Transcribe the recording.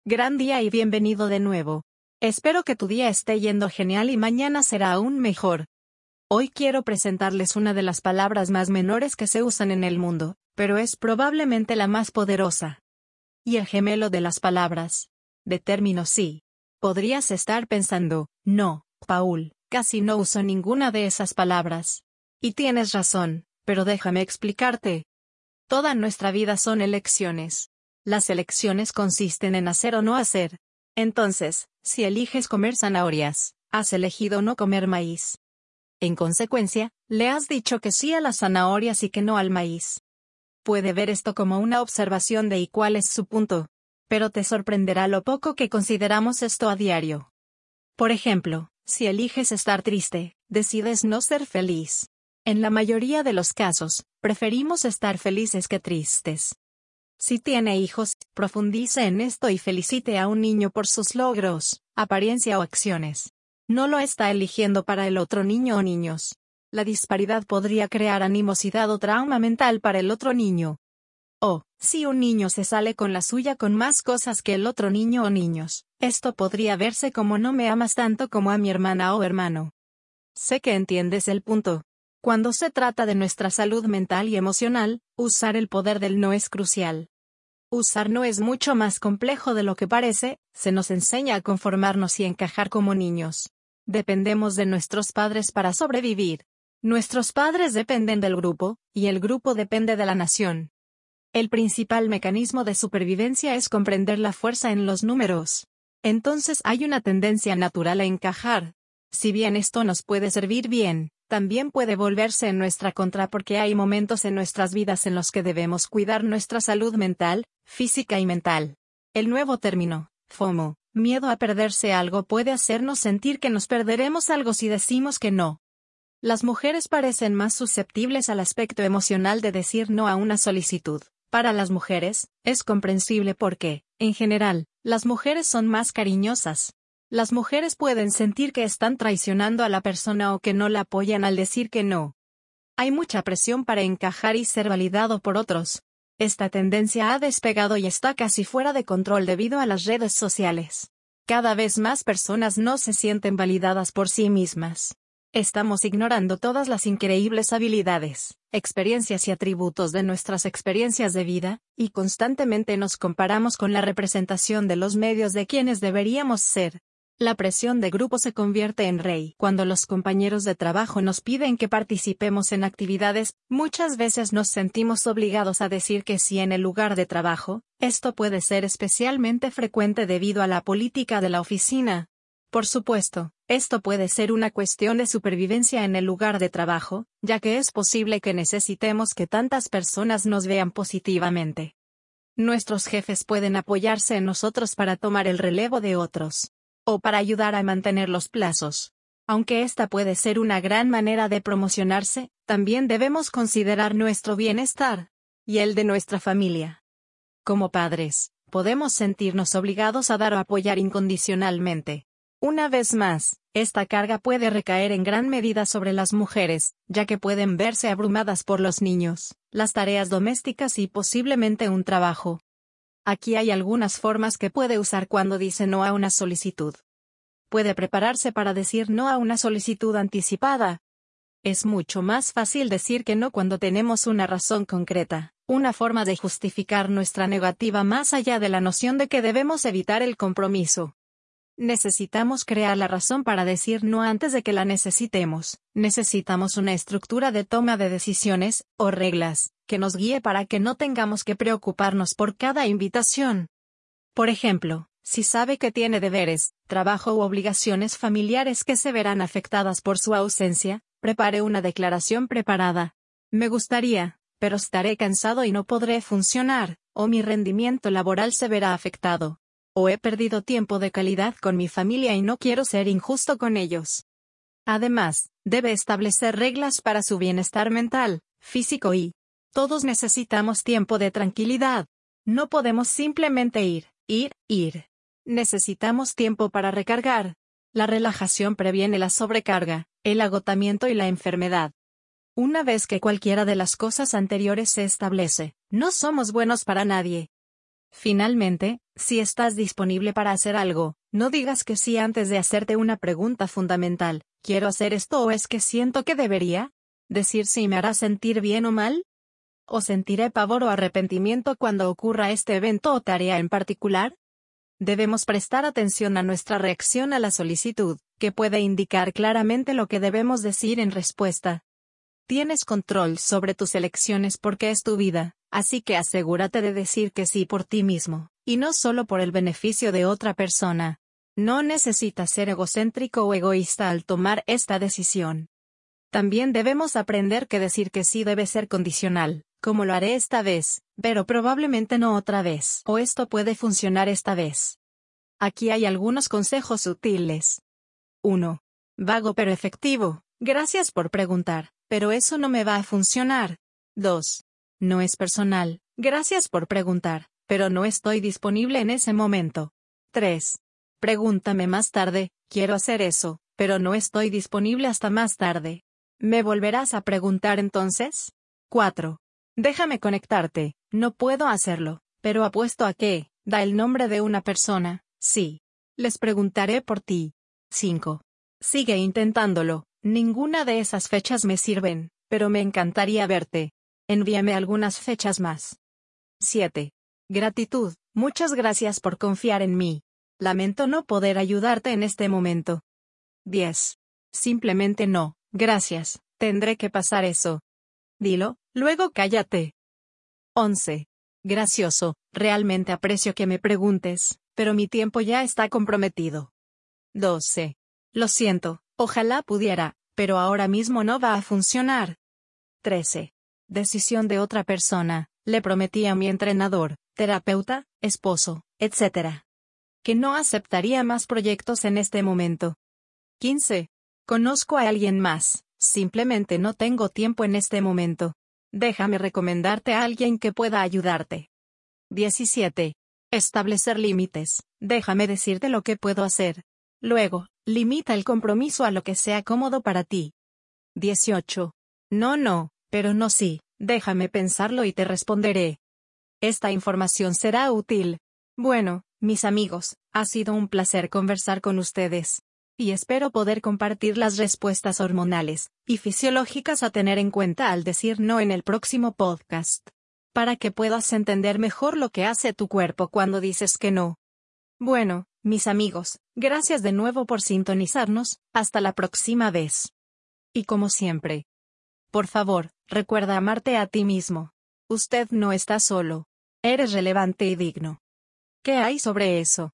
Gran día y bienvenido de nuevo. Espero que tu día esté yendo genial y mañana será aún mejor. Hoy quiero presentarles una de las palabras más menores que se usan en el mundo, pero es probablemente la más poderosa. Y el gemelo de las palabras. De término sí. Podrías estar pensando, no, Paul, casi no uso ninguna de esas palabras. Y tienes razón, pero déjame explicarte. Toda nuestra vida son elecciones. Las elecciones consisten en hacer o no hacer. Entonces, si eliges comer zanahorias, has elegido no comer maíz. En consecuencia, le has dicho que sí a las zanahorias y que no al maíz. Puede ver esto como una observación de y cuál es su punto. Pero te sorprenderá lo poco que consideramos esto a diario. Por ejemplo, si eliges estar triste, decides no ser feliz. En la mayoría de los casos, preferimos estar felices que tristes. Si tiene hijos, profundice en esto y felicite a un niño por sus logros, apariencia o acciones. No lo está eligiendo para el otro niño o niños. La disparidad podría crear animosidad o trauma mental para el otro niño. O, si un niño se sale con la suya con más cosas que el otro niño o niños, esto podría verse como no me amas tanto como a mi hermana o hermano. Sé que entiendes el punto. Cuando se trata de nuestra salud mental y emocional, usar el poder del no es crucial. Usar no es mucho más complejo de lo que parece, se nos enseña a conformarnos y encajar como niños. Dependemos de nuestros padres para sobrevivir. Nuestros padres dependen del grupo, y el grupo depende de la nación. El principal mecanismo de supervivencia es comprender la fuerza en los números. Entonces hay una tendencia natural a encajar. Si bien esto nos puede servir bien, también puede volverse en nuestra contra porque hay momentos en nuestras vidas en los que debemos cuidar nuestra salud mental, física y mental. El nuevo término, FOMO, miedo a perderse algo, puede hacernos sentir que nos perderemos algo si decimos que no. Las mujeres parecen más susceptibles al aspecto emocional de decir no a una solicitud. Para las mujeres, es comprensible porque, en general, las mujeres son más cariñosas. Las mujeres pueden sentir que están traicionando a la persona o que no la apoyan al decir que no. Hay mucha presión para encajar y ser validado por otros. Esta tendencia ha despegado y está casi fuera de control debido a las redes sociales. Cada vez más personas no se sienten validadas por sí mismas. Estamos ignorando todas las increíbles habilidades, experiencias y atributos de nuestras experiencias de vida, y constantemente nos comparamos con la representación de los medios de quienes deberíamos ser. La presión de grupo se convierte en rey. Cuando los compañeros de trabajo nos piden que participemos en actividades, muchas veces nos sentimos obligados a decir que sí en el lugar de trabajo. Esto puede ser especialmente frecuente debido a la política de la oficina. Por supuesto, esto puede ser una cuestión de supervivencia en el lugar de trabajo, ya que es posible que necesitemos que tantas personas nos vean positivamente. Nuestros jefes pueden apoyarse en nosotros para tomar el relevo de otros. O para ayudar a mantener los plazos. Aunque esta puede ser una gran manera de promocionarse, también debemos considerar nuestro bienestar y el de nuestra familia. Como padres, podemos sentirnos obligados a dar o apoyar incondicionalmente. Una vez más, esta carga puede recaer en gran medida sobre las mujeres, ya que pueden verse abrumadas por los niños, las tareas domésticas y posiblemente un trabajo. Aquí hay algunas formas que puede usar cuando dice no a una solicitud. Puede prepararse para decir no a una solicitud anticipada. Es mucho más fácil decir que no cuando tenemos una razón concreta, una forma de justificar nuestra negativa más allá de la noción de que debemos evitar el compromiso. Necesitamos crear la razón para decir no antes de que la necesitemos. Necesitamos una estructura de toma de decisiones, o reglas, que nos guíe para que no tengamos que preocuparnos por cada invitación. Por ejemplo, si sabe que tiene deberes, trabajo u obligaciones familiares que se verán afectadas por su ausencia, prepare una declaración preparada. Me gustaría, pero estaré cansado y no podré funcionar, o mi rendimiento laboral se verá afectado. O he perdido tiempo de calidad con mi familia y no quiero ser injusto con ellos. Además, debe establecer reglas para su bienestar mental, físico y todos necesitamos tiempo de tranquilidad. No podemos simplemente ir. Necesitamos tiempo para recargar. La relajación previene la sobrecarga, el agotamiento y la enfermedad. Una vez que cualquiera de las cosas anteriores se establece, no somos buenos para nadie. Finalmente, si estás disponible para hacer algo, no digas que sí antes de hacerte una pregunta fundamental: ¿quiero hacer esto o es que siento que debería? Decir sí me hará sentir bien o mal. ¿O sentiré pavor o arrepentimiento cuando ocurra este evento o tarea en particular? Debemos prestar atención a nuestra reacción a la solicitud, que puede indicar claramente lo que debemos decir en respuesta. Tienes control sobre tus elecciones porque es tu vida, así que asegúrate de decir que sí por ti mismo, y no solo por el beneficio de otra persona. No necesitas ser egocéntrico o egoísta al tomar esta decisión. También debemos aprender que decir que sí debe ser condicional, como lo haré esta vez, pero probablemente no otra vez, o esto puede funcionar esta vez. Aquí hay algunos consejos útiles. 1. Vago pero efectivo: gracias por preguntar, pero eso no me va a funcionar. 2. No es personal: gracias por preguntar, pero no estoy disponible en ese momento. 3. Pregúntame más tarde: quiero hacer eso, pero no estoy disponible hasta más tarde. ¿Me volverás a preguntar entonces? 4. Déjame conectarte: no puedo hacerlo, pero apuesto a que, da el nombre de una persona, sí. Les preguntaré por ti. 5. Sigue intentándolo: ninguna de esas fechas me sirven, pero me encantaría verte. Envíame algunas fechas más. 7. Gratitud: muchas gracias por confiar en mí. Lamento no poder ayudarte en este momento. 10. Simplemente no, gracias, tendré que pasar eso. Dilo, luego cállate. 11. Gracioso: realmente aprecio que me preguntes, pero mi tiempo ya está comprometido. 12. Lo siento, ojalá pudiera, pero ahora mismo no va a funcionar. 13. Decisión de otra persona: le prometí a mi entrenador, terapeuta, esposo, etc., que no aceptaría más proyectos en este momento. 15. Conozco a alguien más, simplemente no tengo tiempo en este momento. Déjame recomendarte a alguien que pueda ayudarte. 17. Establecer límites: déjame decirte lo que puedo hacer. Luego, limita el compromiso a lo que sea cómodo para ti. 18. No, pero no sí, déjame pensarlo y te responderé. Esta información será útil. Bueno, mis amigos, ha sido un placer conversar con ustedes. Y espero poder compartir las respuestas hormonales y fisiológicas a tener en cuenta al decir no en el próximo podcast, para que puedas entender mejor lo que hace tu cuerpo cuando dices que no. Bueno, mis amigos, gracias de nuevo por sintonizarnos. Hasta la próxima vez. Y como siempre, por favor, recuerda amarte a ti mismo. Usted no está solo. Eres relevante y digno. ¿Qué hay sobre eso?